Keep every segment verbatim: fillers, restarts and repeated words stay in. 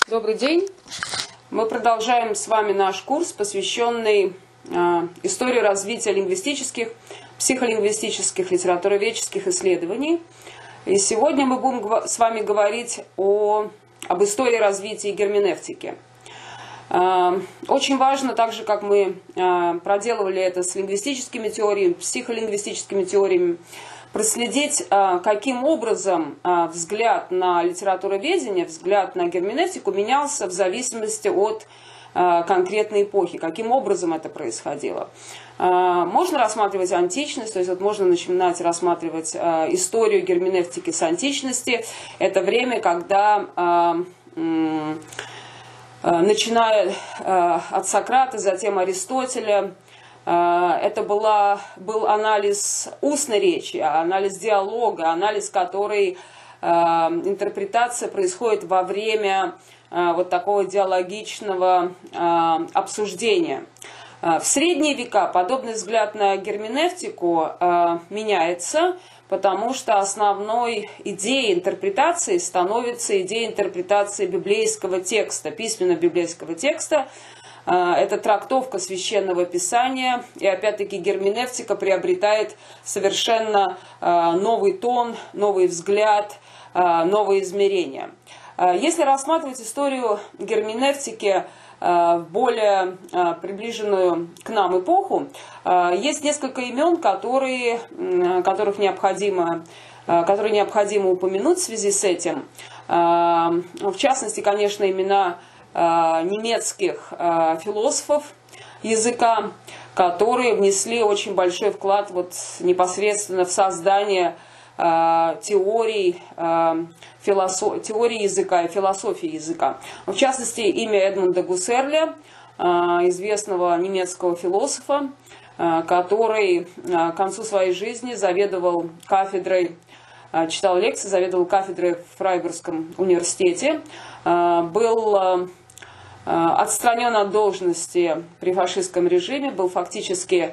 Добрый день. Мы продолжаем с вами наш курс, посвященный э, истории развития лингвистических, психолингвистических, литературоведческих исследований. И сегодня мы будем с вами говорить о, об истории развития герменевтики. Э, очень важно, так же как мы э, проделывали это с лингвистическими теориями, психолингвистическими теориями, проследить, каким образом взгляд на литературоведение, взгляд на герменевтику менялся в зависимости от конкретной эпохи, каким образом это происходило. Можно рассматривать античность, то есть вот можно начинать рассматривать историю герменевтики с античности. Это время, когда, начиная от Сократа, затем Аристотеля, это была, был анализ устной речи, анализ диалога, анализ, который, э, интерпретация происходит во время э, вот такого диалогичного э, обсуждения. В средние века подобный взгляд на герменевтику э, меняется, потому что основной идеей интерпретации становится идея интерпретации библейского текста, письменно-библейского текста. Это трактовка священного писания, и опять-таки герменевтика приобретает совершенно новый тон, новый взгляд, новые измерения. Если рассматривать историю герменевтики в более приближенную к нам эпоху, есть несколько имен, которые, которых необходимо, которые необходимо упомянуть в связи с этим. В частности, конечно, имена немецких философов языка, которые внесли очень большой вклад вот непосредственно в создание теорий, философ... теории языка и философии языка. В частности, имя Эдмунда Гуссерля, известного немецкого философа, который к концу своей жизни заведовал кафедрой, читал лекции, заведовал кафедрой в Фрайбургском университете, был отстранен от должности при фашистском режиме, был фактически,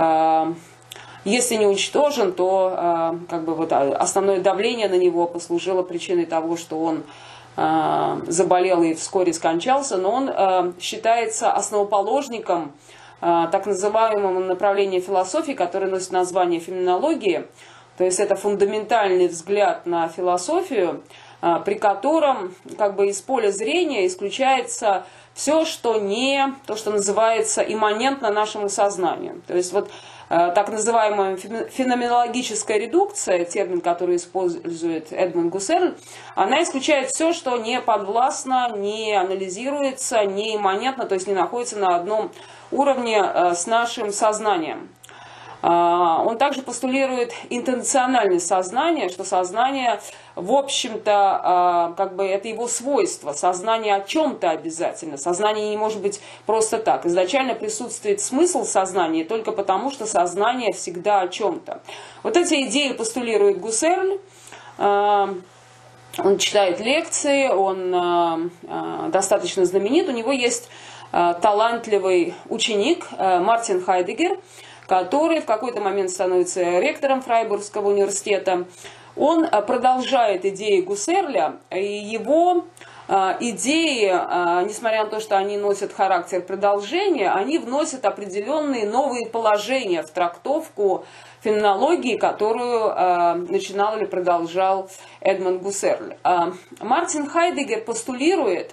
если не уничтожен, то как бы вот основное давление на него послужило причиной того, что он заболел и вскоре скончался, но он считается основоположником так называемого направления философии, которое носит название феноменологии. То есть это фундаментальный взгляд на философию, при котором как бы из поля зрения исключается все, что не то, что называется имманентно нашему сознанию. То есть вот так называемая феноменологическая редукция, термин, который использует Эдмунд Гуссерль, она исключает все, что не подвластно, не анализируется, не имманентно, то есть не находится на одном уровне с нашим сознанием. Он также постулирует интенциональное сознание, что сознание, в общем-то, как бы это его свойство, сознание о чем-то обязательно. Сознание не может быть просто так. Изначально присутствует смысл сознания только потому, что сознание всегда о чем-то. Вот эти идеи постулирует Гуссерль. Он читает лекции, он достаточно знаменит. У него есть талантливый ученик Мартин Хайдеггер, который в какой-то момент становится ректором Фрайбургского университета. Он продолжает идеи Гуссерля, и его идеи, несмотря на то, что они носят характер продолжения, они вносят определенные новые положения в трактовку феноменологии, которую начинал или продолжал Эдмунд Гуссерль. Мартин Хайдеггер постулирует,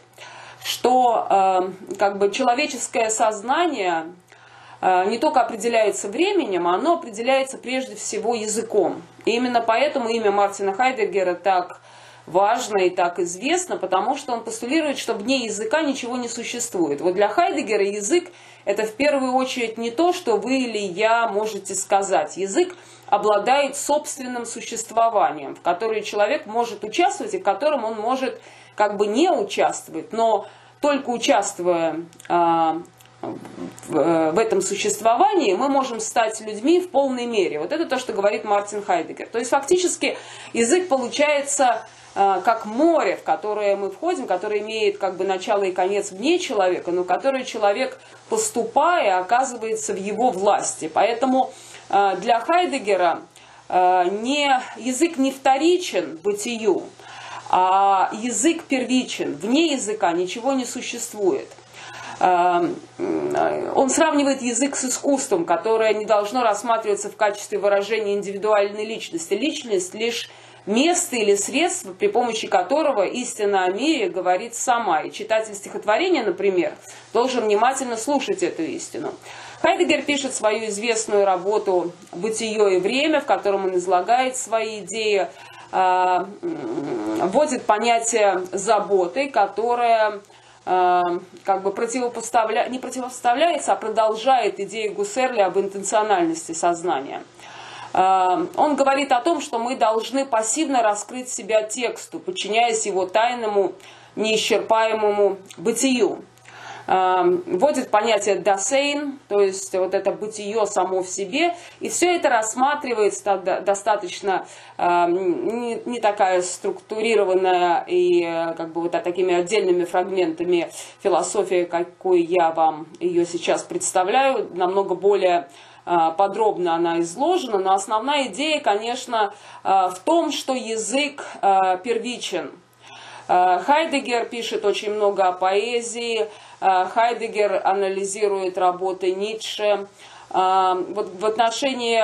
что как бы человеческое сознание не только определяется временем, оно определяется прежде всего языком. И именно поэтому имя Мартина Хайдеггера так важно и так известно, потому что он постулирует, что вне языка ничего не существует. Вот для Хайдеггера язык – это в первую очередь не то, что вы или я можете сказать. Язык обладает собственным существованием, в котором человек может участвовать и в котором он может как бы не участвовать, но только участвуя в этом существовании, мы можем стать людьми в полной мере. Вот это то, что говорит Мартин Хайдеггер. То есть фактически язык получается как море, в которое мы входим, которое имеет как бы начало и конец вне человека, но которое человек, поступая, оказывается в его власти. Поэтому для Хайдеггера не, язык не вторичен бытию, А язык первичен, вне языка ничего не существует. Он сравнивает язык с искусством, которое не должно рассматриваться в качестве выражения индивидуальной личности. Личность лишь место или средство, при помощи которого истина о мире говорит сама. И читатель стихотворения, например, должен внимательно слушать эту истину. Хайдеггер пишет свою известную работу «Бытие и время», в котором он излагает свои идеи, вводит понятие заботы, которое как бы противопоставля... не противопоставляется, а продолжает идею Гуссерля об интенциональности сознания. Он говорит о том, что мы должны пассивно раскрыть себя тексту, подчиняясь его тайному, неисчерпаемому бытию. Вводит понятие «дасейн», то есть вот это бытие само в себе, и все это рассматривается достаточно не, не такая структурированная и как бы вот такими отдельными фрагментами философии, какой я вам ее сейчас представляю, намного более подробно она изложена, но основная идея, конечно, в том, что язык первичен. Хайдеггер пишет очень много о поэзии, Хайдеггер анализирует работы Ницше. Вот в отношении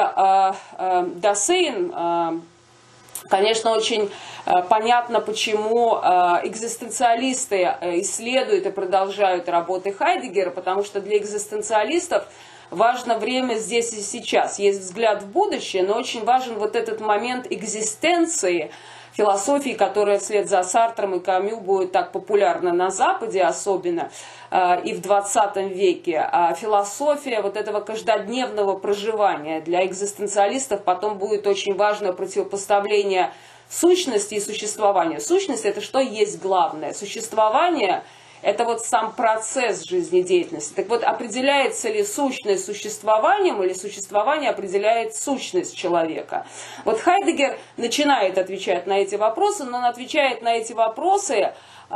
Дасейн, конечно, очень понятно, почему экзистенциалисты исследуют и продолжают работы Хайдеггера, потому что для экзистенциалистов важно время здесь и сейчас. Есть взгляд в будущее, но очень важен вот этот момент экзистенции философии, которая вслед за Сартром и Камю будет так популярна на Западе особенно и в двадцатом веке. А философия вот этого каждодневного проживания для экзистенциалистов потом будет очень важное противопоставление сущности и существования. Сущность – это что есть главное. Существование – это вот сам процесс жизнедеятельности. Так вот, определяется ли сущность существованием, или существование определяет сущность человека? Вот Хайдеггер начинает отвечать на эти вопросы, но он отвечает на эти вопросы,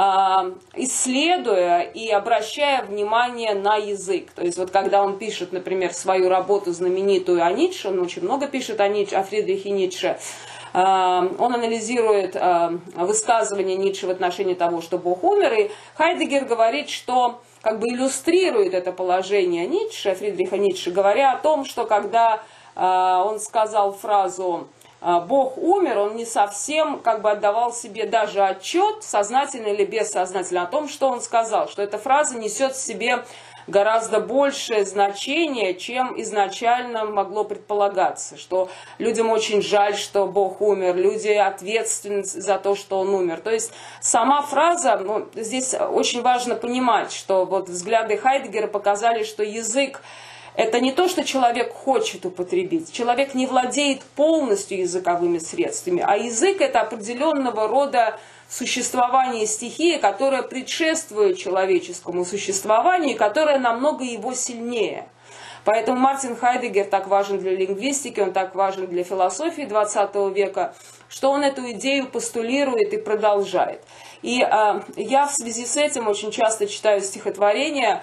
исследуя и обращая внимание на язык. То есть вот когда он пишет, например, свою работу знаменитую о Ницше, он очень много пишет о, Ницше, о Фридрихе Ницше, он анализирует высказывания Ницше в отношении того, что Бог умер, и Хайдеггер говорит, что как бы иллюстрирует это положение Ницше, Фридриха Ницше, говоря о том, что когда он сказал фразу «Бог умер», он не совсем как бы отдавал себе даже отчет, сознательно или бессознательно, о том, что он сказал, что эта фраза несет в себе гораздо большее значение, чем изначально могло предполагаться, что людям очень жаль, что Бог умер, люди ответственны за то, что Он умер. То есть сама фраза, ну, здесь очень важно понимать, что вот взгляды Хайдеггера показали, что язык – это не то, что человек хочет употребить. Человек не владеет полностью языковыми средствами, а язык – это определенного рода существование стихии, которое предшествует человеческому существованию, и которое намного его сильнее. Поэтому Мартин Хайдеггер так важен для лингвистики, он так важен для философии двадцатого века, что он эту идею постулирует и продолжает. И э, я в связи с этим очень часто читаю стихотворения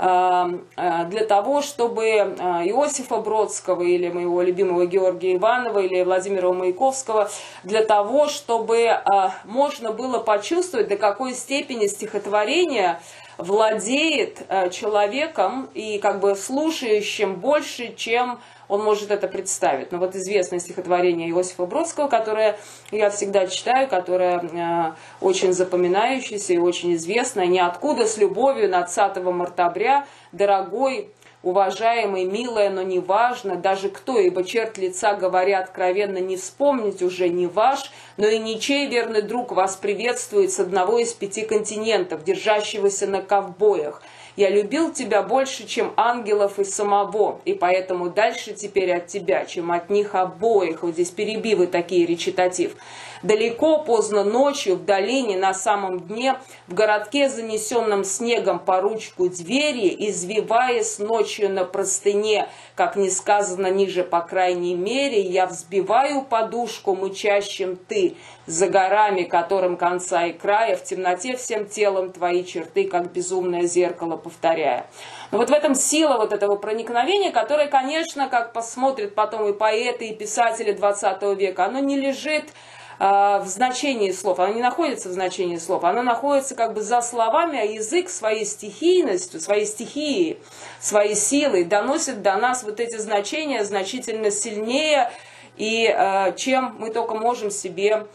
для того, чтобы Иосифа Бродского или моего любимого Георгия Иванова или Владимира Маяковского, для того, чтобы можно было почувствовать, до какой степени стихотворение владеет человеком и как бы слушающим больше, чем он может это представить. Но вот известное стихотворение Иосифа Бродского, которое я всегда читаю, которое э, очень запоминающееся и очень известное. «Ниоткуда с любовью двадцатого мартабря, дорогой, уважаемый, милая, но не важно, даже кто, ибо черт лица, говоря откровенно, не вспомнить уже не ваш, но и ничей верный друг вас приветствует с одного из пяти континентов, держащегося на ковбоях. Я любил тебя больше, чем ангелов и самого, и поэтому дальше теперь от тебя, чем от них обоих». Вот здесь перебивы такие, речитатив. «Далеко, поздно ночью, в долине, на самом дне, в городке, занесенном снегом по ручку двери, извиваясь ночью на простыне, как не сказано ниже, по крайней мере, я взбиваю подушку мычащим ты, за горами, которым конца и края, в темноте всем телом твои черты, как безумное зеркало повторяя». Но вот в этом сила вот этого проникновения, которое, конечно, как посмотрят потом и поэты, и писатели двадцатого века, оно не лежит в значении слов, она не находится в значении слов, она находится как бы за словами, а язык своей стихийностью, своей стихией, своей силой доносит до нас вот эти значения значительно сильнее, и чем мы только можем себе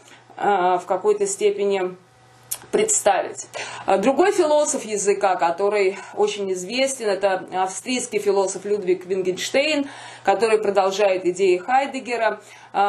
в какой-то степени представить. Другой философ языка, который очень известен, это австрийский философ Людвиг Витгенштейн, который продолжает идеи Хайдеггера.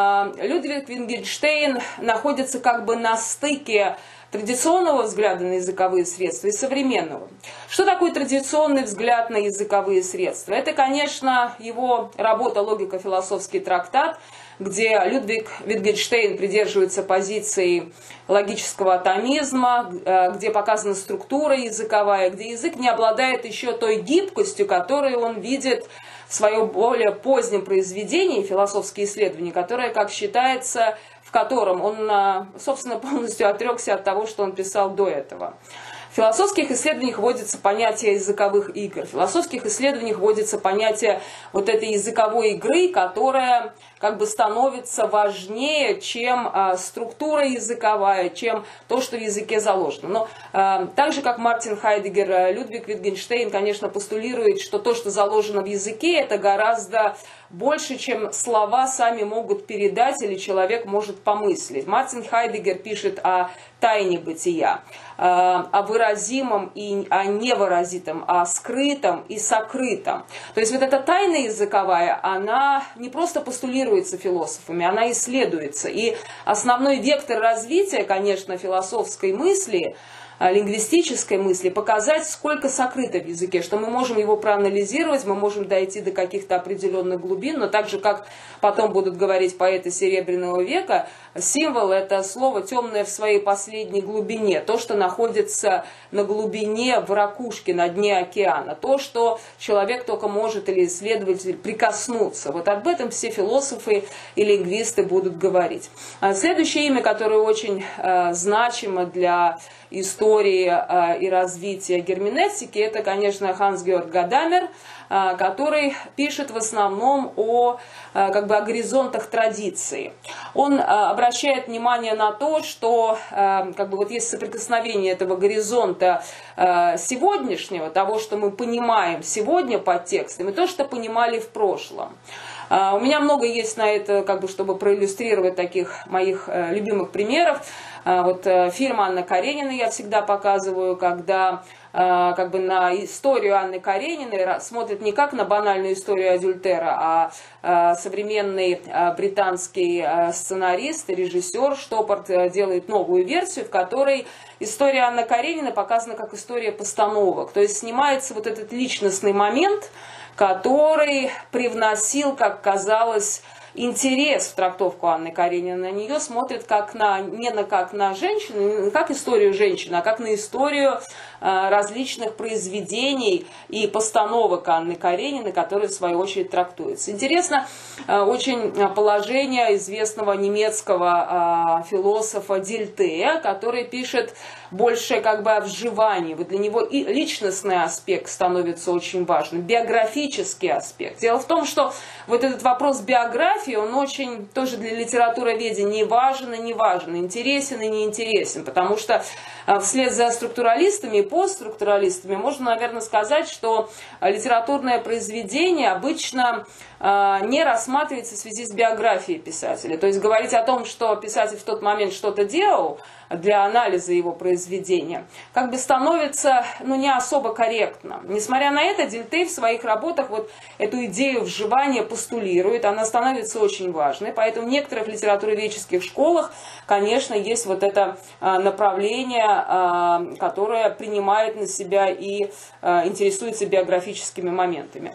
Людвиг Витгенштейн находится как бы на стыке традиционного взгляда на языковые средства и современного. Что такое традиционный взгляд на языковые средства? Это, конечно, его работа «Логико-философский трактат», где Людвиг Витгенштейн придерживается позиции логического атомизма, где показана структура языковая, где язык не обладает еще той гибкостью, которую он видит в своем более позднем произведении «Философские исследования», которое, как считается, в котором он, собственно, полностью отрекся от того, что он писал до этого. В философских исследованиях вводится понятие языковых игр. В философских исследованиях вводится понятие вот этой языковой игры, которая как бы становится важнее, чем а, структура языковая, чем то, что в языке заложено. Но а, так же, как Мартин Хайдеггер, Людвиг Витгенштейн, конечно, постулирует, что то, что заложено в языке, это гораздо больше, чем слова сами могут передать или человек может помыслить. Мартин Хайдеггер пишет о тайне бытия, о выразимом и о невыразитом, о скрытом и сокрытом. То есть вот эта тайна языковая, она не просто постулируется философами, она исследуется. И основной вектор развития, конечно, философской мысли, лингвистической мысли, показать, сколько сокрыто в языке, что мы можем его проанализировать, мы можем дойти до каких-то определенных глубин, но так же, как потом будут говорить поэты Серебряного века, символ – это слово темное в своей последней глубине, то, что находится на глубине, в ракушке, на дне океана, то, что человек только может или исследователь прикоснуться. Вот об этом все философы и лингвисты будут говорить. Следующее имя, которое очень э, значимо для истории э, и развития герменевтики, это, конечно, Ханс-Георг Гадамер, э, который пишет в основном о, э, как бы, о горизонтах традиции. Он э, обращает внимание на то, что э, как бы, вот есть соприкосновение этого горизонта э, сегодняшнего, того, что мы понимаем сегодня под текстом, и то, что понимали в прошлом. Uh, у меня много есть на это, как бы, чтобы проиллюстрировать таких моих uh, любимых примеров. Uh, вот uh, фильм Анны Карениной я всегда показываю, когда uh, как бы на историю Анны Карениной смотрят не как на банальную историю адюльтера, а uh, современный uh, британский uh, сценарист и режиссер Штопорт uh, делает новую версию, в которой история Анны Карениной показана как история постановок. То есть снимается вот этот личностный момент, который привносил, как казалось, интерес в трактовку Анны Карениной. На нее смотрят как на, не на, как на женщину, не как историю женщины, а как на историю э, различных произведений и постановок Анны Карениной, которые в свою очередь трактуются. Интересно э, очень положение известного немецкого э, философа Дильтея, который пишет больше как бы о вживании. Вот для него и личностный аспект становится очень важным, биографический аспект. Дело в том, что вот этот вопрос биографии, он очень тоже для литературоведения важен и не важен, интересен и не интересен, потому что вслед за структуралистами и постструктуралистами можно, наверное, сказать, что литературное произведение обычно не рассматривается в связи с биографией писателя. То есть говорить о том, что писатель в тот момент что-то делал для анализа его произведения, как бы становится, ну, не особо корректно. Несмотря на это, Дильтей в своих работах вот эту идею вживания постулирует, она становится очень важной. Поэтому в некоторых литературоведческих школах, конечно, есть вот это направление, которое принимает на себя и интересуется биографическими моментами.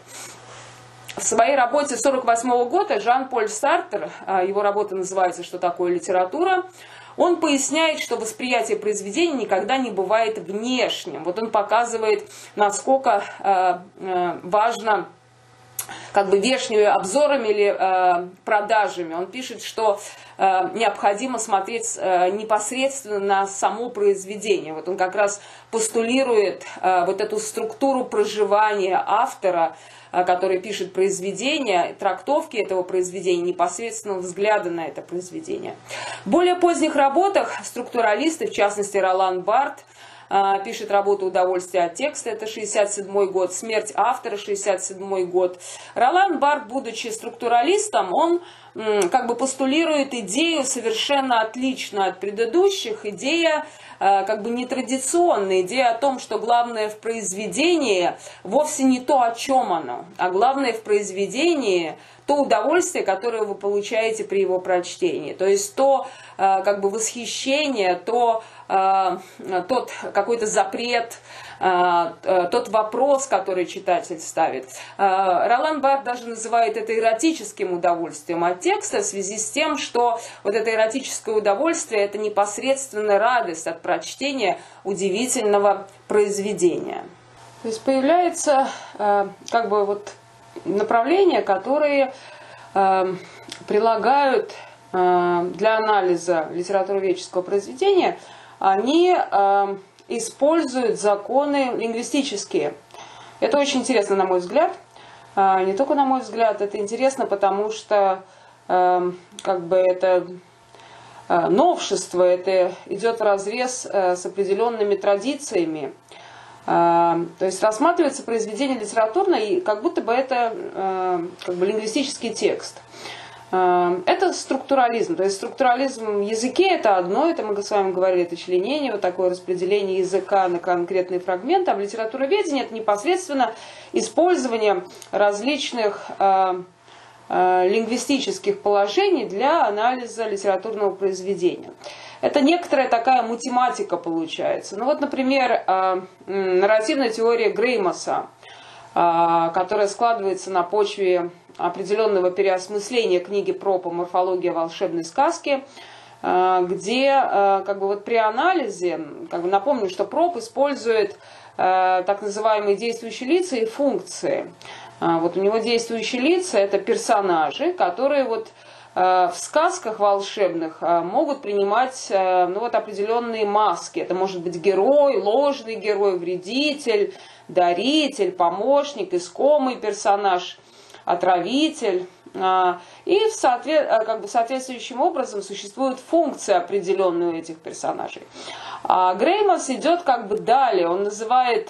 В своей работе тысяча девятьсот сорок восьмого года Жан-Поль Сартр, его работа называется «Что такое литература?», он поясняет, что восприятие произведения никогда не бывает внешним. Вот он показывает, насколько важно как бы внешними обзорами или э, продажами. Он пишет, что э, необходимо смотреть э, непосредственно на само произведение. Вот он как раз постулирует э, вот эту структуру проживания автора, э, который пишет произведение, трактовки этого произведения, непосредственного взгляда на это произведение. В более поздних работах структуралисты, в частности Ролан Барт, пишет работу «Удовольствие от текста», это шестьдесят седьмой год, «Смерть автора», шестьдесят седьмой год. Ролан Барт, будучи структуралистом, он как бы постулирует идею совершенно отлично от предыдущих, идея как бы нетрадиционная, идея о том, что главное в произведении вовсе не то, о чем оно, а главное в произведении то удовольствие, которое вы получаете при его прочтении. То есть то как бы восхищение, то тот какой-то запрет, тот вопрос, который читатель ставит. Ролан Барт даже называет это эротическим удовольствием от текста в связи с тем, что вот это эротическое удовольствие – это непосредственно радость от прочтения удивительного произведения. То есть появляется как бы вот направления, которые прилагают для анализа литературоведческого произведения, они э, используют законы лингвистические. Это очень интересно, на мой взгляд. Э, не только на мой взгляд, это интересно, потому что э, как бы это э, новшество, это идет вразрез э, с определенными традициями. Э, то есть рассматривается произведение литературное, и как будто бы это э, как бы лингвистический текст. Это структурализм. То есть структурализм в языке это одно, это мы с вами говорили, это членение, вот такое распределение языка на конкретные фрагменты, а в литературоведении это непосредственно использование различных э, э, лингвистических положений для анализа литературного произведения. Это некоторая такая математика получается. Ну вот, например, э, нарративная теория Греймоса, э, которая складывается на почве определенного переосмысления книги Пропа «Морфология волшебной сказки», где как бы вот при анализе, как бы напомню, что Проп использует так называемые действующие лица и функции. Вот у него действующие лица – это персонажи, которые вот в сказках волшебных могут принимать ну, вот определенные маски. Это может быть герой, ложный герой, вредитель, даритель, помощник, искомый персонаж, отравитель. И в соответ... как бы соответствующим образом существуют функции определенные у этих персонажей. А Греймос идет как бы далее. Он называет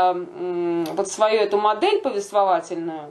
вот свою эту модель повествовательную,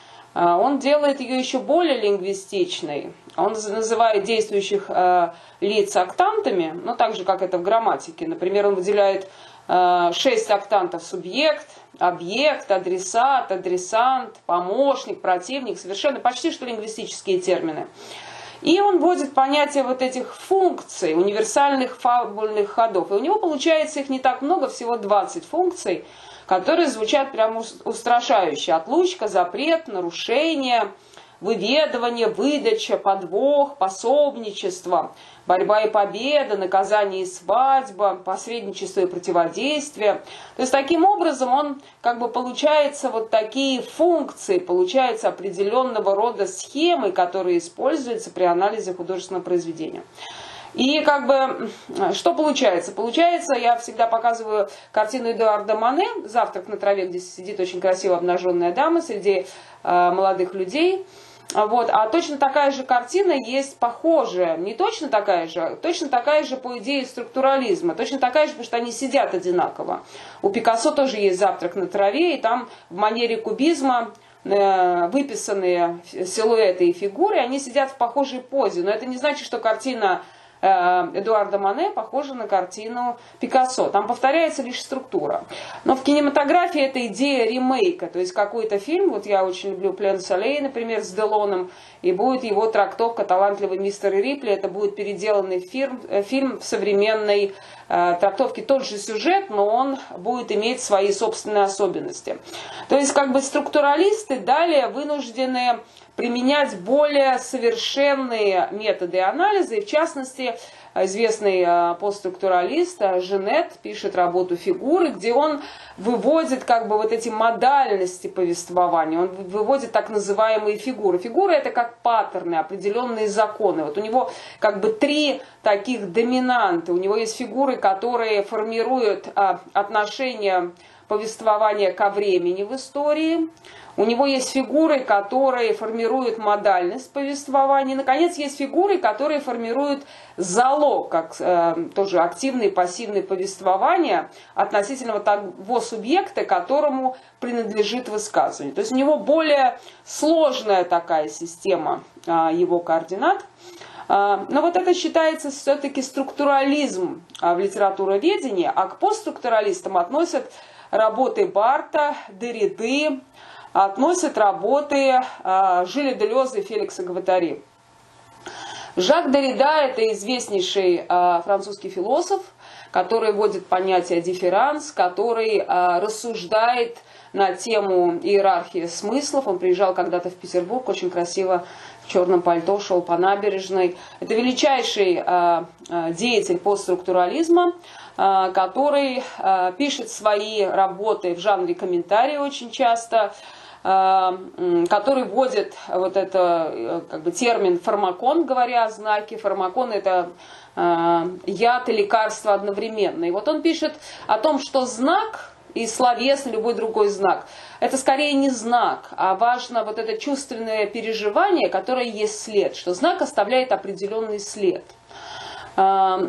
он делает ее еще более лингвистичной. Он называет действующих лиц октантами, ну так же, как это в грамматике. Например, он выделяет шесть октантов: субъект, объект, адресат, адресант, помощник, противник, совершенно почти что лингвистические термины. И он вводит понятие вот этих функций, универсальных фабульных ходов. И у него получается их не так много, всего двадцать функций, которые звучат прямо устрашающе. Отлучка, запрет, нарушение, выведывание, выдача, подвох, пособничество, борьба и победа, наказание и свадьба, посредничество и противодействие. То есть таким образом он как бы получается вот такие функции, получается определенного рода схемы, которые используются при анализе художественного произведения. И как бы что получается? Получается, я всегда показываю картину Эдуарда Мане «Завтрак на траве», где сидит очень красиво обнаженная дама среди э, молодых людей. Вот. А точно такая же картина есть похожая, не точно такая же, а точно такая же по идее структурализма, точно такая же, потому что они сидят одинаково. У Пикассо тоже есть «Завтрак на траве», и там в манере кубизма э, выписанные силуэты и фигуры, они сидят в похожей позе, но это не значит, что картина Эдуарда Мане похожа на картину Пикассо. Там повторяется лишь структура. Но в кинематографии это идея ремейка. То есть какой-то фильм, вот я очень люблю «Плен Солей», например, с Делоном, и будет его трактовка «Талантливый мистер Рипли». Это будет переделанный фильм, фильм в современной э, трактовке. Тот же сюжет, но он будет иметь свои собственные особенности. То есть как бы структуралисты далее вынуждены применять более совершенные методы анализа. И в частности, известный постструктуралист Женет пишет работу «Фигуры», где он выводит как бы вот эти модальности повествования, он выводит так называемые фигуры. Фигуры — это как паттерны, определенные законы. Вот у него как бы три таких доминанты. У него есть фигуры, которые формируют отношения повествования ко времени в истории. У него есть фигуры, которые формируют модальность повествования. И, наконец, есть фигуры, которые формируют залог, как э, тоже активное и пассивное повествование относительно того субъекта, которому принадлежит высказывание. То есть у него более сложная такая система э, его координат. Э, но вот это считается все-таки структурализм э, в литературоведении, а к постструктуралистам относят работы Барта, Дерриды, относят работы э, Жиля Делеза и Феликса Гваттари. Жак Деррида – это известнейший э, французский философ, который вводит понятие дифферанс, который э, рассуждает на тему иерархии смыслов. Он приезжал когда-то в Петербург, очень красиво в черном пальто шел по набережной. Это величайший э, э, деятель постструктурализма, э, который э, пишет свои работы в жанре комментарии очень часто, который вводит вот это как бы термин фармакон, говоря о знаке. Фармакон — это э, яд и лекарство одновременно. И вот он пишет о том, что знак и словесный, любой другой знак — это скорее не знак, а важно вот это чувственное переживание, которое есть след, что знак оставляет определенный след. Э,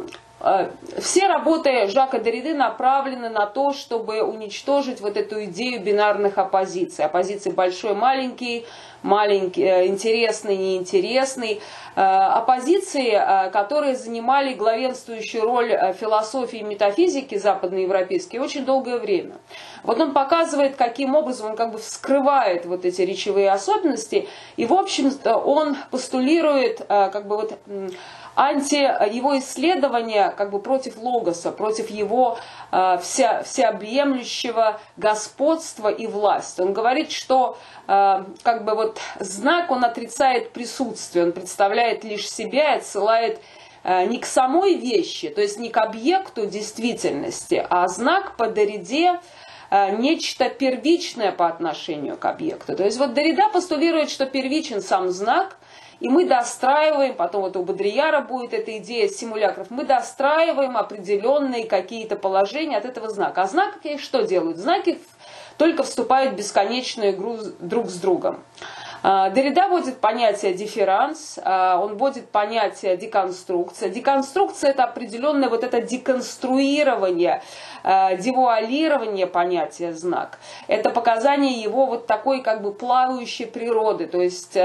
Все работы Жака Дерриды направлены на то, чтобы уничтожить вот эту идею бинарных оппозиций. Оппозиции большой-маленький, маленький, интересный, неинтересный. Оппозиции, которые занимали главенствующую роль философии и метафизики западноевропейской очень долгое время. Вот он показывает, каким образом он как бы вскрывает вот эти речевые особенности. И, в общем-то, он постулирует как бы вот анти его исследования как бы против логоса, против его э, вся, всеобъемлющего господства и власти. Он говорит, что э, как бы вот знак, он отрицает присутствие, он представляет лишь себя и отсылает э, не к самой вещи, то есть не к объекту действительности, а знак по Дерриде э, нечто первичное по отношению к объекту. То есть вот Деррида постулирует, что первичен сам знак. И мы достраиваем, потом вот у Бодрияра будет эта идея симулякров, мы достраиваем определенные какие-то положения от этого знака. А знаки что делают? Знаки только вступают в бесконечную игру друг с другом. Деррида вводит понятие дифферанс, он вводит понятие деконструкция. Деконструкция — это определенное вот это деконструирование, девуалирование понятия знак. Это показание его вот такой как бы плавающей природы, то есть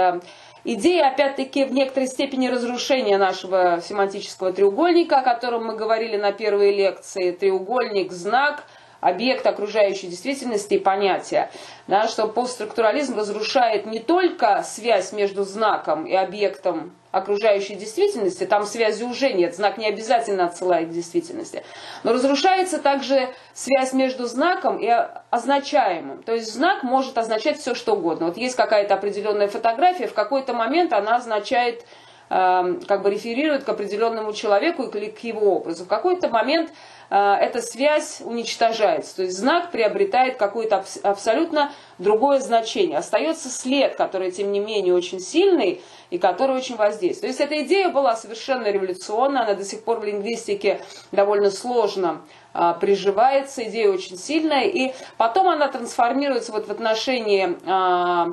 идея, опять-таки, в некоторой степени разрушения нашего семантического треугольника, о котором мы говорили на первой лекции. Треугольник, знак, объект окружающей действительности и понятия. Да, что постструктурализм разрушает не только связь между знаком и объектом окружающей действительности, там связи уже нет, знак не обязательно отсылает к действительности, но разрушается также связь между знаком и означаемым. То есть знак может означать все, что угодно. Вот есть какая-то определенная фотография, в какой-то момент она означает, э, как бы реферирует к определенному человеку и к его образу. В какой-то момент эта связь уничтожается, то есть знак приобретает какое-то абсолютно другое значение. Остается след, который, тем не менее, очень сильный и который очень воздействует. То есть эта идея была совершенно революционная, она до сих пор в лингвистике довольно сложно а, приживается, идея очень сильная, и потом она трансформируется вот в отношении а,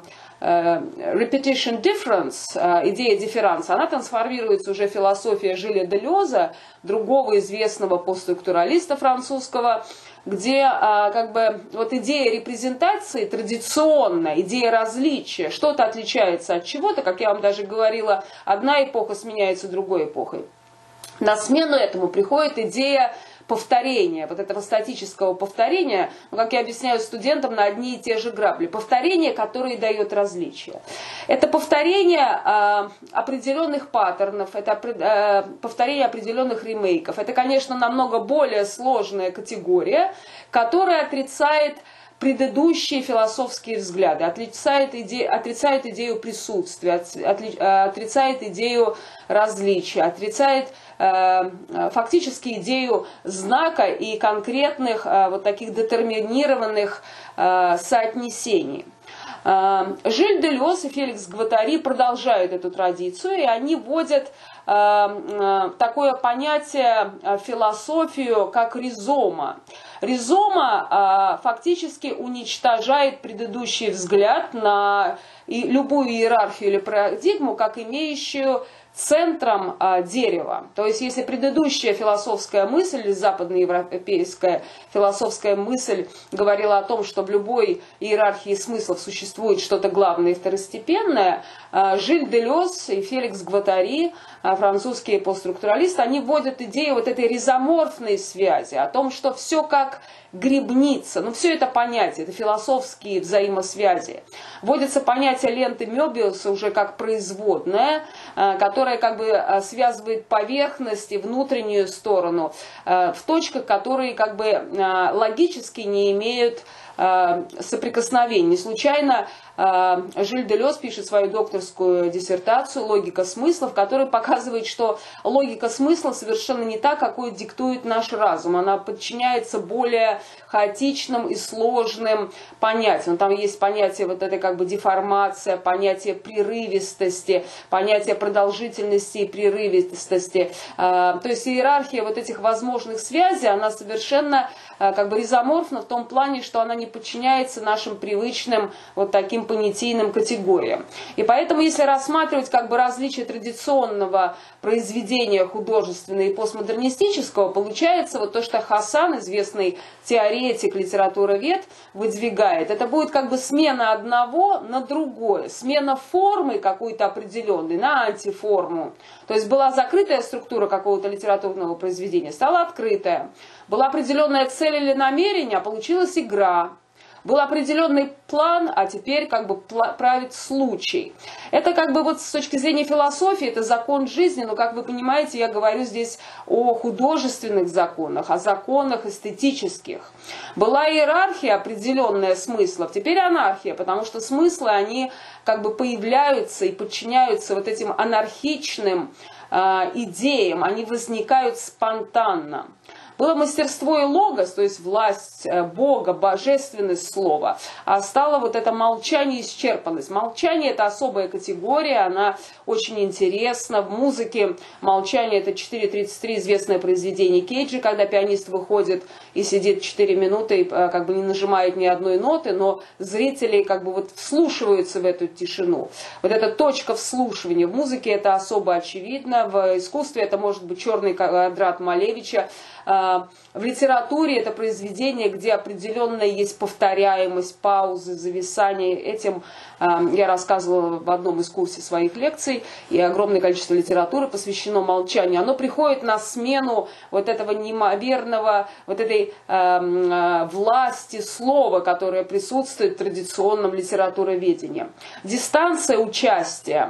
repetition difference, идея дифферанса, она трансформируется уже в философия Жиля Делеза, другого известного постструктуралиста французского, где как бы вот идея репрезентации традиционная, идея различия, что-то отличается от чего-то, как я вам даже говорила, одна эпоха сменяется другой эпохой. На смену этому приходит идея повторения, вот этого статического повторения, ну, как я объясняю студентам, на одни и те же грабли. Повторение, которое дает различия. Это повторение э, определенных паттернов, это э, повторение определенных ремейков. Это, конечно, намного более сложная категория, которая отрицает предыдущие философские взгляды, отрицает, иде, отрицает идею присутствия, отли, отрицает идею различия, отрицает э, фактически идею знака и конкретных э, вот таких детерминированных э, соотнесений. Жиль Делез и Феликс Гваттари продолжают эту традицию, и они вводят такое понятие, философию, как ризома. Ризома фактически уничтожает предыдущий взгляд на любую иерархию или парадигму, как имеющую центром а, дерева. То есть, если предыдущая философская мысль, или западноевропейская философская мысль говорила о том, что в любой иерархии смыслов существует что-то главное и второстепенное, а, Жиль Делез и Феликс Гваттари, а, французские постструктуралисты, они вводят идею вот этой ризоморфной связи, о том, что все как грибница, ну все это понятие, это философские взаимосвязи. Вводится понятие ленты Мёбиуса уже как производная, которая как бы связывает поверхность и внутреннюю сторону в точках, которые как бы логически не имеют соприкосновений. Не случайно Жиль Делез пишет свою докторскую диссертацию «Логика смысла», в которой показывает, что логика смысла совершенно не та, какую диктует наш разум. Она подчиняется более хаотичным и сложным понятиям. Там есть понятие вот этой как бы деформация, понятие прерывистости, понятие продолжительности и прерывистости. То есть иерархия вот этих возможных связей, она совершенно как бы ризоморфна в том плане, что она не подчиняется нашим привычным вот таким понятийным категориям. И поэтому, если рассматривать как бы различия традиционного произведения художественного и постмодернистического, получается вот то, что Хасан, известный теоретик, литературовед, выдвигает. Это будет как бы смена одного на другое, смена формы какой-то определенной на антиформу. То есть была закрытая структура какого-то литературного произведения, стала открытая. Была определенная цель или намерение, а получилась игра. Был определенный план, а теперь как бы правит случай. Это как бы вот с точки зрения философии, это закон жизни, но, как вы понимаете, я говорю здесь о художественных законах, о законах эстетических. Была иерархия определенная смыслов, теперь анархия, потому что смыслы, они как бы появляются и подчиняются вот этим анархичным э, идеям, они возникают спонтанно. Было мастерство и логос, то есть власть Бога, божественность слова, а стало вот это молчание и исчерпанность. Молчание – это особая категория, она очень интересна. В музыке молчание – это четыре тридцать три, известное произведение Кейджи, когда пианист выходит и сидит четыре минуты, и как бы не нажимает ни одной ноты, но зрители как бы вот вслушиваются в эту тишину. Вот эта точка вслушивания. В музыке это особо очевидно, в искусстве это может быть черный квадрат Малевича. В литературе это произведение, где определенная есть повторяемость, паузы, зависания. Этим я рассказывала в одном из курсов своих лекций, и огромное количество литературы посвящено молчанию. Оно приходит на смену вот этого неимоверного, вот этой э, власти слова, которая присутствует в традиционном литературоведении. Дистанция участия,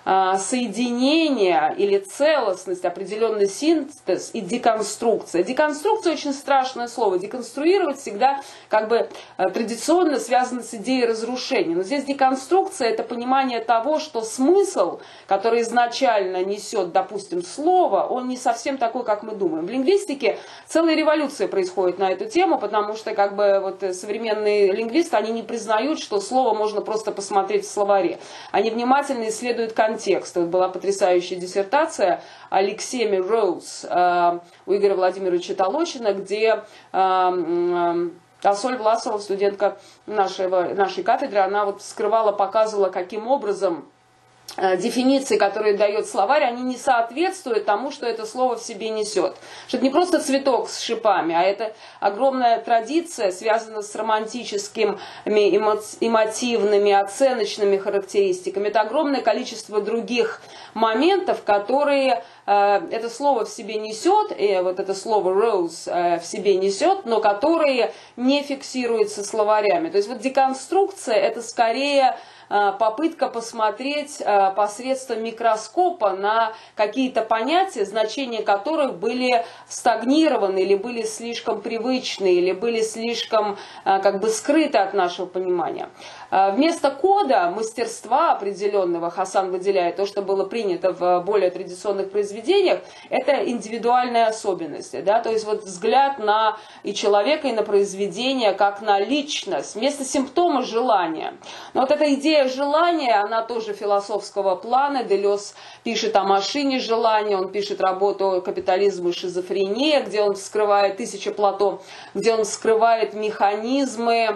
соединение или целостность, определенный синтез и деконструкция. Деконструкция очень страшное слово. Деконструировать всегда как бы традиционно связано с идеей разрушения. Но здесь деконструкция – это понимание того, что смысл, который изначально несет, допустим, слово, он не совсем такой, как мы думаем. В лингвистике целая революция происходит на эту тему, потому что как бы вот современные лингвисты, они не признают, что слово можно просто посмотреть в словаре. Они внимательно исследуют контекст. Контекст. Вот была потрясающая диссертация Алексеми Роуз э, у Игоря Владимировича Толочина, где э, э, Ассоль Власова, студентка нашего, нашей кафедры, она вот вскрывала, показывала, каким образом дефиниции, которые дает словарь, они не соответствуют тому, что это слово в себе несет. Что это не просто цветок с шипами, а это огромная традиция, связанная с романтическими, эмотивными, оценочными характеристиками. Это огромное количество других моментов, которые э, это слово в себе несет, и вот это слово rose э, в себе несет, но которые не фиксируются словарями. То есть вот деконструкция – это скорее попытка посмотреть посредством микроскопа на какие-то понятия, значения которых были стагнированы, или были слишком привычны, или были слишком как бы скрыты от нашего понимания. Вместо кода, мастерства определенного, Хасан выделяет то, что было принято в более традиционных произведениях, это индивидуальные особенности, да, то есть вот взгляд на и человека, и на произведение, как на личность, вместо симптома желания. Но вот эта идея желания, она тоже философского плана. Делез пишет о машине желания, он пишет работу «Капитализм и шизофрения», где он вскрывает тысяча Плато, где он вскрывает механизмы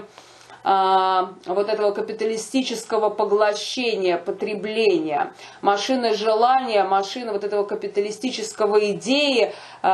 вот этого капиталистического поглощения, потребления, машина желания, машина вот этого капиталистического идеи,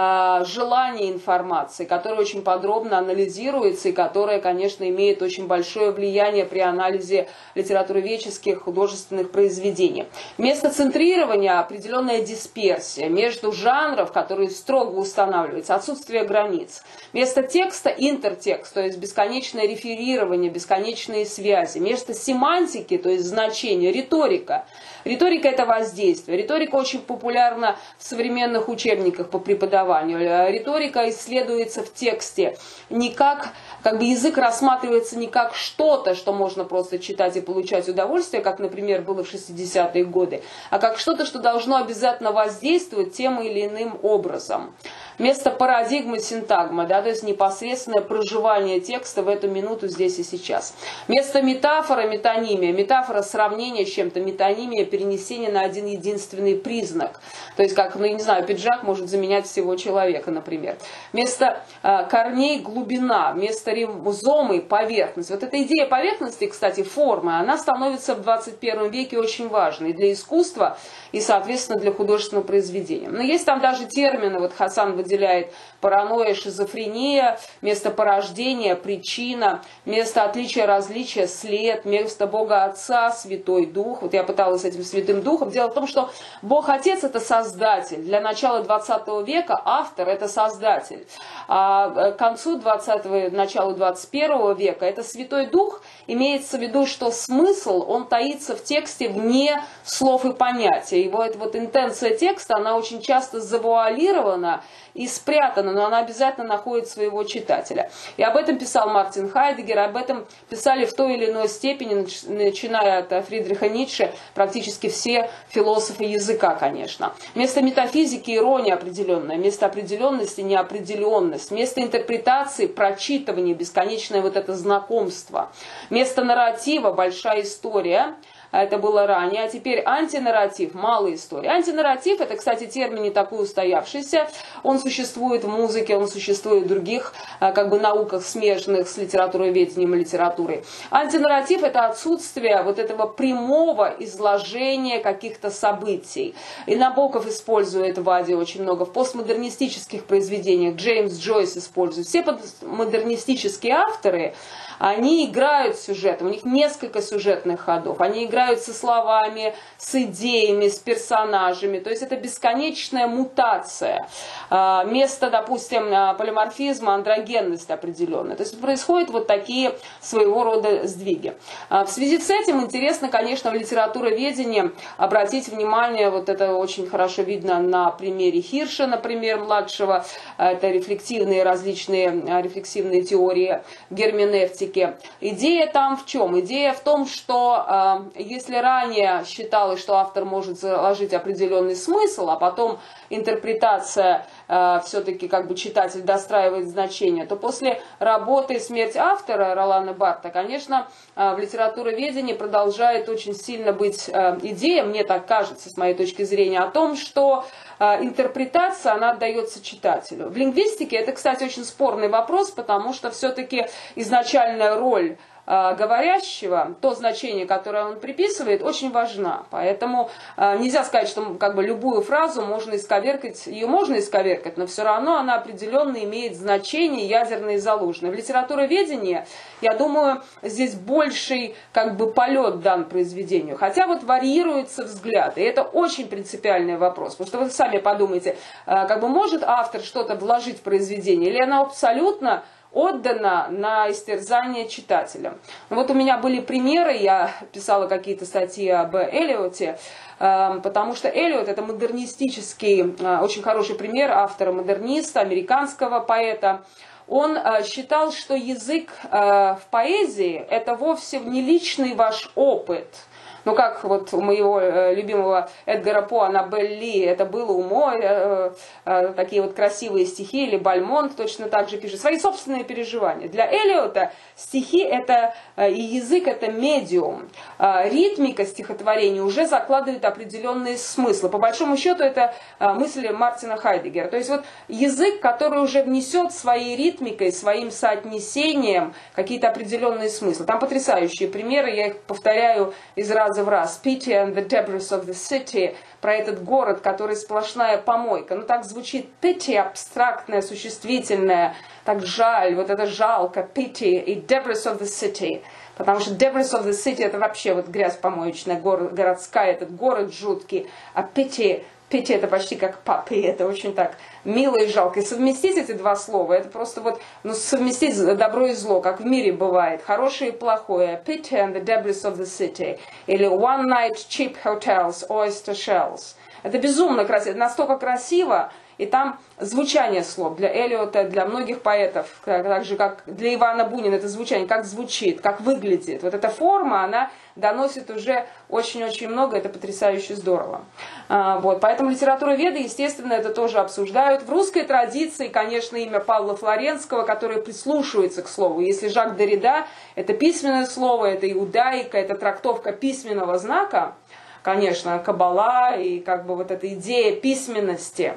желания информации, которая очень подробно анализируется и которая, конечно, имеет очень большое влияние при анализе литературоведческих художественных произведений. Вместо центрирования определенная дисперсия между жанров, которые строго устанавливаются, отсутствие границ. Вместо текста интертекст, то есть бесконечное реферирование, бесконечные связи. Вместо семантики, то есть значения, риторика. Риторика – это воздействие. Риторика очень популярна в современных учебниках по преподаванию. Риторика исследуется в тексте не как, как бы язык рассматривается не как что-то, что можно просто читать и получать удовольствие, как, например, было в шестидесятые годы, а как что-то, что должно обязательно воздействовать тем или иным образом. Вместо парадигмы синтагма, да, то есть непосредственное проживание текста в эту минуту здесь и сейчас. Вместо метафора метонимия, метафора сравнения с чем-то, метонимия перенесение на один единственный признак. То есть как, ну я не знаю, пиджак может заменять всего человека, например. Вместо э, корней глубина, вместо ризомы поверхность. Вот эта идея поверхности, кстати, формы, она становится в двадцать первом веке очень важной для искусства и, соответственно, для художественного произведения. Но есть там даже термины, вот Хасан выделяет паранойя, шизофрения, место порождения, причина, место отличия, различия, след, место Бога Отца, Святой Дух. Вот я пыталась с этим Святым Духом. Дело в том, что Бог Отец – это Создатель. Для начала двадцатого века автор – это Создатель. А к концу двадцатого, началу двадцать первого века это Святой Дух. Имеется в виду, что смысл, он таится в тексте вне слов и понятий. Его эта вот интенция текста, она очень часто завуалирована и спрятана, но она обязательно находит своего читателя. И об этом писал Мартин Хайдеггер, об этом писали в той или иной степени, начиная от Фридриха Ницше, практически все философы языка, конечно. Вместо метафизики ирония определенная, вместо определенности неопределенность, вместо интерпретации прочитывание, бесконечное вот это знакомство, вместо нарратива большая история. Это было ранее, а теперь антинарратив, малая история. Антинарратив, это, кстати, термин не такой устоявшийся, он существует в музыке, он существует в других как бы науках, смежных с литературоведением и литературой. Антинарратив – это отсутствие вот этого прямого изложения каких-то событий. И Набоков использует в Аде очень много, в постмодернистических произведениях Джеймс Джойс использует. Все постмодернистические авторы, они играют с сюжетом, у них несколько сюжетных ходов, они играют со словами, с идеями, с персонажами, то есть это бесконечная мутация, место, допустим, полиморфизма, андрогенность определенная, то есть происходят вот такие своего рода сдвиги. В связи с этим интересно, конечно, в литературоведении обратить внимание, вот это очень хорошо видно на примере Хирша, например, младшего, это рефлективные различные рефлексивные теории герменевтики. Идея там в чем? Идея в том, что э, если ранее считалось, что автор может заложить определенный смысл, а потом интерпретация э, все-таки как бы читатель достраивает значение, то после работы «Смерть автора» Ролана Барта, конечно, э, в литературоведении продолжает очень сильно быть э, идея, мне так кажется, с моей точки зрения, о том, что э, интерпретация, она отдается читателю. В лингвистике это, кстати, очень спорный вопрос, потому что все-таки изначально роль э, говорящего, то значение, которое он приписывает, очень важна. Поэтому э, нельзя сказать, что как бы любую фразу можно исковеркать, ее можно исковеркать, но все равно она определенно имеет значение ядерное и заложенное. В литературоведении, я думаю, здесь больший как бы полет дан произведению. Хотя вот варьируются взгляды. И это очень принципиальный вопрос. Потому что вы сами подумайте, э, как бы может автор что-то вложить в произведение, или оно абсолютно отдано на истерзание читателям. Вот у меня были примеры, я писала какие-то статьи об Элиоте, потому что Элиот — это модернистический, очень хороший пример автора-модерниста, американского поэта. Он считал, что язык в поэзии — это вовсе не личный ваш опыт. Ну, как вот у моего любимого Эдгара По, Аннабель Ли, это было у моря, такие вот красивые стихи, или Бальмонт точно так же пишет, свои собственные переживания. Для Элиота стихи это, и язык — это медиум. Ритмика стихотворения уже закладывает определенные смыслы. По большому счету это мысли Мартина Хайдеггера. То есть вот язык, который уже внесет своей ритмикой, своим соотнесением какие-то определенные смыслы. Там потрясающие примеры, я их повторяю из раза в раз. Pity and the debris of the city, про этот город, который сплошная помойка. Ну так звучит pity, абстрактное, существительное, так жаль, вот это жалко, pity, и debris of the city. Потому что debris of the city — это вообще вот грязь помоечная, город, городская, этот город жуткий. А pity, pity — это почти как puppy, это очень так мило и жалко. И совместить эти два слова, это просто вот, ну, совместить добро и зло, как в мире бывает, хорошее и плохое. Pity and the debris of the city. Или one night cheap hotels, oyster shells. Это безумно красиво, настолько красиво, и там звучание слов для Элиота, для многих поэтов, так же как для Ивана Бунина, это звучание, как звучит, как выглядит. Вот эта форма, она доносит уже очень-очень много, это потрясающе здорово. Вот, поэтому литературоведы, естественно, это тоже обсуждают. В русской традиции, конечно, имя Павла Флоренского, который прислушивается к слову. Если Жак Деррида — это письменное слово, это иудаика, это трактовка письменного знака, конечно, каббала и как бы вот эта идея письменности,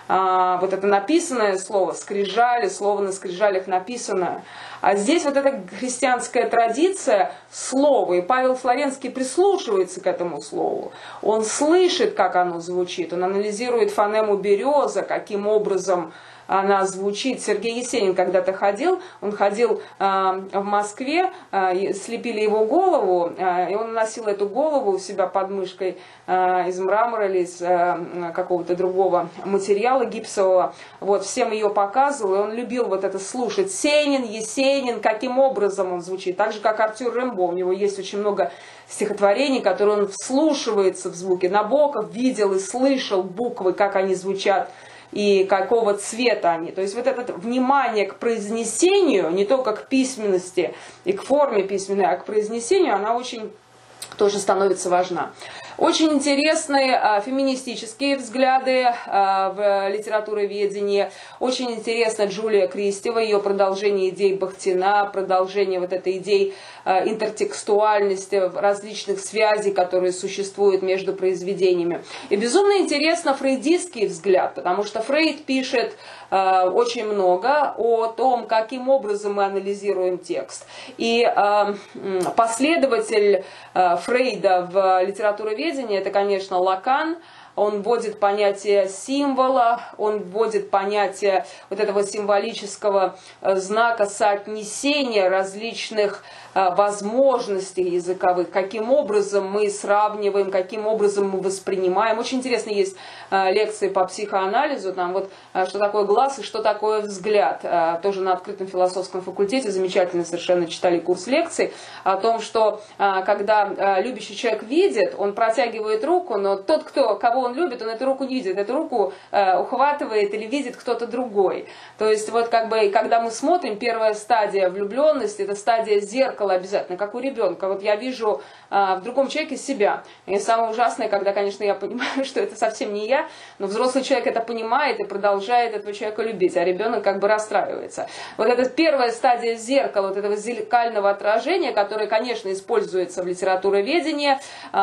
а, вот это написанное слово, скрижали, слово на скрижалях написанное. А здесь вот эта христианская традиция слова, и Павел Флоренский прислушивается к этому слову. Он слышит, как оно звучит, он анализирует фонему береза, каким образом она звучит. Сергей Есенин когда-то ходил, он ходил э, в Москве, э, слепили его голову, э, и он носил эту голову у себя под мышкой э, из мрамора или из э, какого-то другого материала гипсового. Вот, всем ее показывал, и он любил вот это слушать. Сенин, Есенин, каким образом он звучит. Так же, как Артюр Рембо, у него есть очень много стихотворений, которые он вслушивается в звуки. Набоков видел и слышал буквы, как они звучат, и какого цвета они. То есть вот это внимание к произнесению, не только к письменности и к форме письменной, а к произнесению, она очень тоже становится важна. Очень интересные а, феминистические взгляды а, в литературоведении. Очень интересна Джулия Кристева, ее продолжение идей Бахтина, продолжение вот этой идей а, интертекстуальности, различных связей, которые существуют между произведениями. И безумно интересно фрейдистский взгляд, потому что Фрейд пишет а, очень много о том, каким образом мы анализируем текст. И а, последователь а, Фрейда в литературоведении — это, конечно, Лакан. Он вводит понятие символа, он вводит понятие вот этого символического знака соотнесения различных возможностей языковых, каким образом мы сравниваем, каким образом мы воспринимаем. Очень интересно, есть лекции по психоанализу, там вот что такое глаз и что такое взгляд. Тоже на открытом философском факультете замечательно совершенно читали курс лекций о том, что когда любящий человек видит, он протягивает руку, но тот, кто, кого он любит, он эту руку не видит, эту руку ухватывает или видит кто-то другой. То есть вот как бы, когда мы смотрим, первая стадия влюбленности — это стадия зеркала обязательно, как у ребенка. Вот я вижу а, в другом человеке себя. И самое ужасное, когда, конечно, я понимаю, что это совсем не я, но взрослый человек это понимает и продолжает этого человека любить, а ребенок как бы расстраивается. Вот эта первая стадия зеркала, вот этого зеркального отражения, которое, конечно, используется в литературоведении,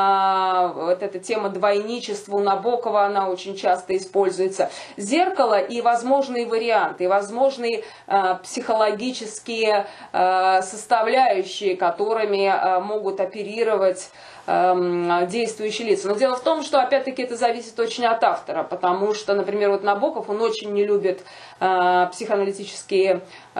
а, вот эта тема двойничества у Набокова, она очень часто используется. Зеркало и возможные варианты, и возможные а, психологические а, составляющие, которыми а, могут оперировать э, действующие лица. Но дело в том, что опять-таки это зависит очень от автора, потому что, например, вот Набоков, он очень не любит э, психоаналитические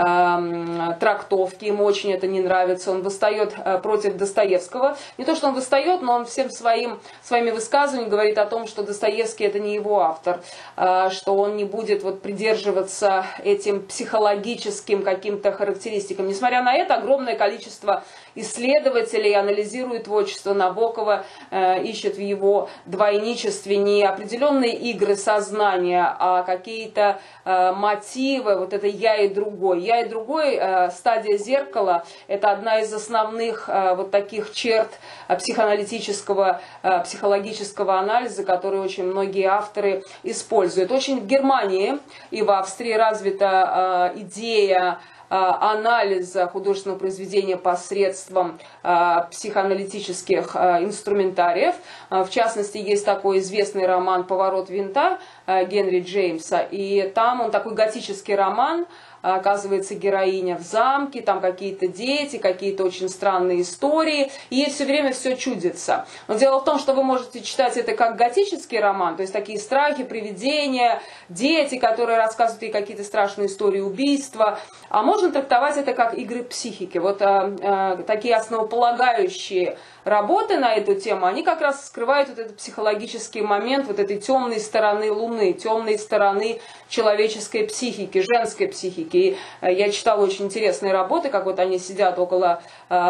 э, трактовки, ему очень это не нравится, он восстает э, против Достоевского. Не то, что он восстает, но он всем своим, своими высказываниями говорит о том, что Достоевский это не его автор, э, что он не будет вот придерживаться этим психологическим каким-то характеристикам. Несмотря на это, огромное количество исследователей анализируют творчество Набокова, э, ищут в его двойничестве не определенные игры сознания, а какие-то э, мотивы, вот это «я и другой». «Я и другой», э, стадия зеркала, это одна из основных э, вот таких черт э, психоаналитического, э, психологического анализа, которые очень многие авторы используют. Очень в Германии и в Австрии развита э, идея анализа художественного произведения посредством э, психоаналитических э, инструментариев. В частности, есть такой известный роман «Поворот винта» э, Генри Джеймса, и там он такой готический роман, оказывается, героиня в замке, там какие-то дети, какие-то очень странные истории, и ей все время все чудится. Но дело в том, что вы можете читать это как готический роман, то есть такие страхи, привидения, дети, которые рассказывают ей какие-то страшные истории убийства, а можно трактовать это как игры психики. Вот э, э, такие основополагающие работы на эту тему, они как раз скрывают вот этот психологический момент вот этой темной стороны Луны, темной стороны человеческой психики, женской психики. И я читала очень интересные работы, как вот они сидят около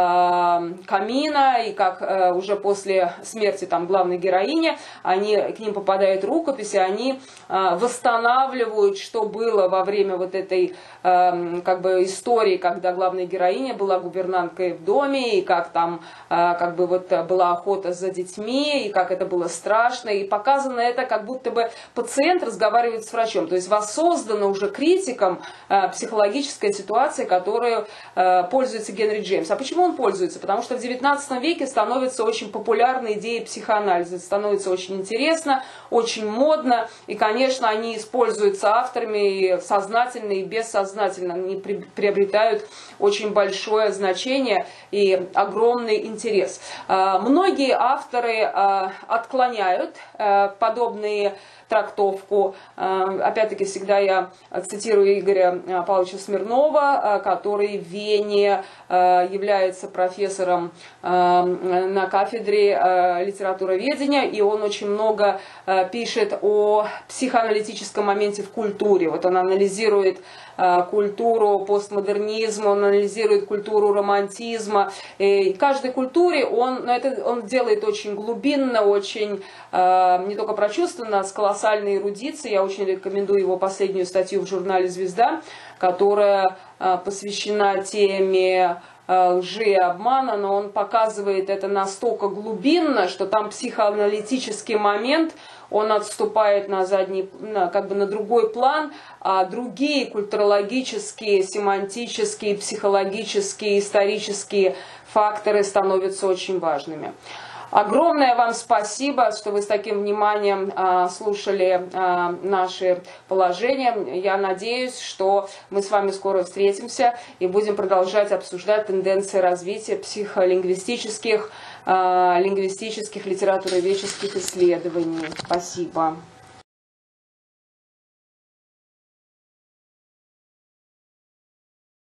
э, камина, и как э, уже после смерти там главной героини, они, к ним попадают рукописи, они э, восстанавливают, что было во время вот этой э, как бы истории, когда главная героиня была гувернанткой в доме, и как там э, как бы вот была охота за детьми, и как это было страшно, и показано это, как будто бы пациент разговаривает с врачом, то есть воссоздана уже критиком э, психологическая ситуация, которую э, пользуется Генри Джеймс. А почему он пользуется? Потому что в девятнадцатом веке становится очень популярной идея психоанализа, становится очень интересно, очень модно, и, конечно, они используются авторами сознательно и бессознательно, они при, приобретают очень большое значение и огромный интерес. Э, многие авторы э, отклоняют э, подобные трактовку. Опять-таки, всегда я цитирую Игоря Павловича Смирнова, который в Вене является профессором на кафедре литературоведения, и он очень много пишет о психоаналитическом моменте в культуре. Вот он анализирует культуру постмодернизма, он анализирует культуру романтизма. И в каждой культуре он, но это он делает очень глубинно, очень не только прочувственно, а с колоссальной эрудицией. Я очень рекомендую его последнюю статью в журнале «Звезда», которая посвящена теме лжи и обмана, но он показывает это настолько глубинно, что там психоаналитический момент, он отступает на задний, на, как бы на другой план, а другие культурологические, семантические, психологические, исторические факторы становятся очень важными. Огромное вам спасибо, что вы с таким вниманием а, слушали а, наши положения. Я надеюсь, что мы с вами скоро встретимся и будем продолжать обсуждать тенденции развития психолингвистических, а, лингвистических, литературоведческих исследований. Спасибо.